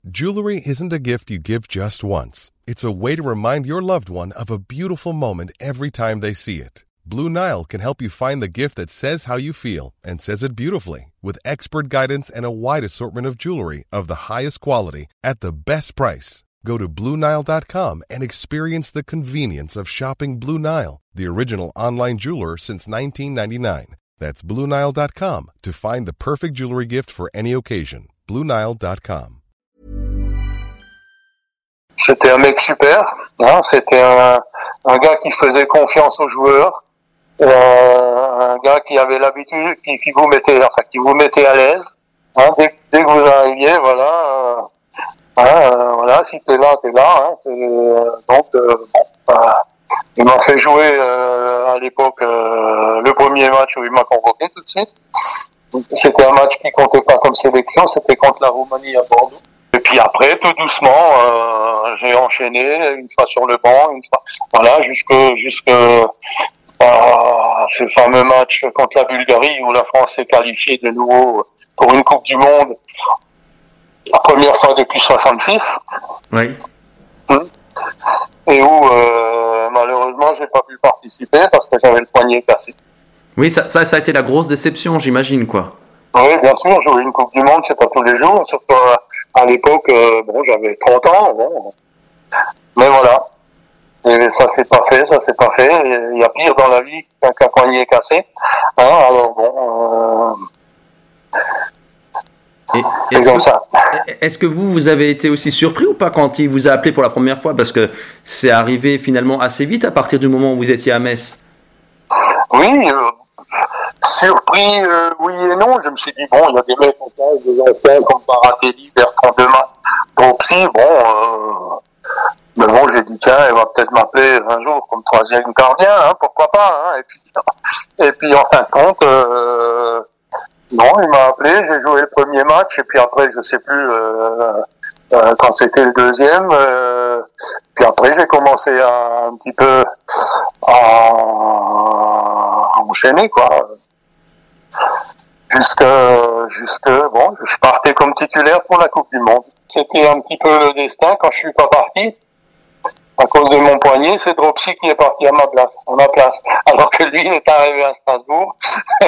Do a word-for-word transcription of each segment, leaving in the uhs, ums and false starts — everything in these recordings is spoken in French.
Jewelry isn't a gift you give just once. It's a way to remind your loved one of a beautiful moment every time they see it. Blue Nile can help you find the gift that says how you feel and says it beautifully, with expert guidance and a wide assortment of jewelry of the highest quality at the best price. Go to Blue Nile dot com and experience the convenience of shopping Blue Nile, the original online jeweler since nineteen ninety-nine. That's Blue Nile dot com to find the perfect jewelry gift for any occasion. Blue Nile dot com. C'était un mec super, hein, c'était un, un gars qui faisait confiance aux joueurs, euh, un gars qui avait l'habitude, qui, qui vous mettait, enfin, qui vous mettait à l'aise, hein, dès, dès que vous arriviez, voilà, euh, hein, euh, voilà, si t'es là, t'es là, hein, c'est, euh, donc, euh, bon, euh, il m'a fait jouer euh, à l'époque euh, le premier match où il m'a convoqué tout de suite. C'était un match qui comptait pas comme sélection, c'était contre la Roumanie à Bordeaux. Et puis après, tout doucement, euh, j'ai enchaîné, une fois sur le banc, une fois, voilà, jusque, jusque euh, ce fameux match contre la Bulgarie où la France s'est qualifiée de nouveau pour une Coupe du Monde, la première fois depuis soixante-six. Oui. Et où euh, malheureusement, j'ai pas pu participer parce que j'avais le poignet cassé. Oui, ça, ça, ça a été la grosse déception, j'imagine, quoi. Oui, bien sûr, jouer une Coupe du Monde, c'est pas tous les jours, surtout à, à l'époque, euh, bon, j'avais trente ans, bon. Mais voilà. Et ça s'est pas fait, ça s'est pas fait. Il y a pire dans la vie qu'un qu'un poignet cassé. Hein, alors bon, euh... Et est-ce, que, ça. est-ce que vous, vous avez été aussi surpris ou pas quand il vous a appelé pour la première fois? Parce que c'est arrivé finalement assez vite à partir du moment où vous étiez à Metz. Oui, euh, surpris, euh, oui et non. Je me suis dit, bon, il y a des mecs comme ça, des anciens comme Baratelli, Bertrand Demain, Tropsy, bon, euh, mais bon, j'ai dit, tiens, elle va peut-être m'appeler un jour comme troisième gardien, hein, pourquoi pas, hein, et puis, et puis en fin de compte, euh, non, il m'a appelé, j'ai joué le premier match, et puis après, je sais plus, euh, euh, quand c'était le deuxième, euh, puis après, j'ai commencé à un petit peu à, à enchaîner, quoi. Jusque, jusque, bon, je partais comme titulaire pour la Coupe du Monde. C'était un petit peu le destin quand je suis pas parti. À cause de mon poignet, c'est Dropsy qui est parti à ma place, à ma place. Alors que lui, il est arrivé à Strasbourg.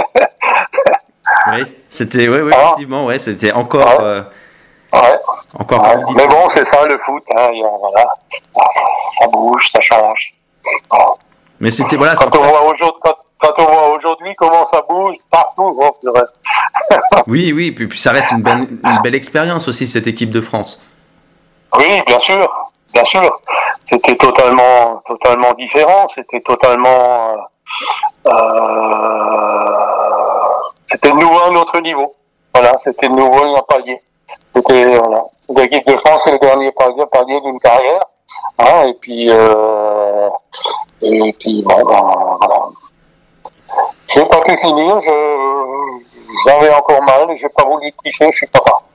Oui, c'était, oui, oui, ah. effectivement, ouais, c'était encore, ouais. Euh, ouais. encore. Ouais. Mais bon, c'est ça le foot, hein, voilà. Ça bouge, ça change. Mais c'était, voilà. Quand on voit aujourd'hui, quand, quand on voit aujourd'hui comment ça bouge partout, bon, je dirais. Oui, oui, puis, puis ça reste une belle, une belle expérience aussi, cette équipe de France. Oui, bien sûr, bien sûr. C'était totalement, totalement différent. C'était totalement, euh, c'était de nouveau un autre niveau. Voilà, c'était de nouveau un palier. C'était, voilà. L'équipe de France, c'est le dernier palier, palier d'une carrière. Hein, et puis, euh, et puis, bon, ben, voilà. J'ai pas pu finir, je, j'avais encore mal, j'ai pas voulu tricher, je suis pas parti.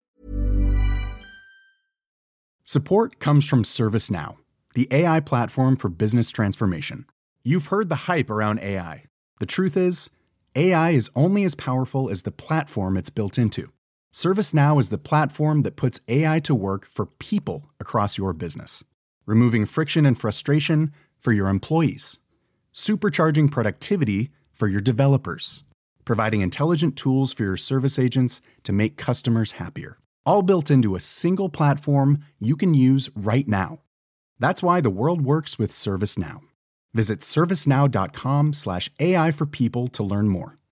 Support comes from ServiceNow, the A I platform for business transformation. You've heard the hype around A I. The truth is, A I is only as powerful as the platform it's built into. ServiceNow is the platform that puts A I to work for people across your business, removing friction and frustration for your employees, supercharging productivity for your developers, providing intelligent tools for your service agents to make customers happier. All built into a single platform you can use right now. That's why the world works with ServiceNow. Visit servicenow.com slash AI for people to learn more.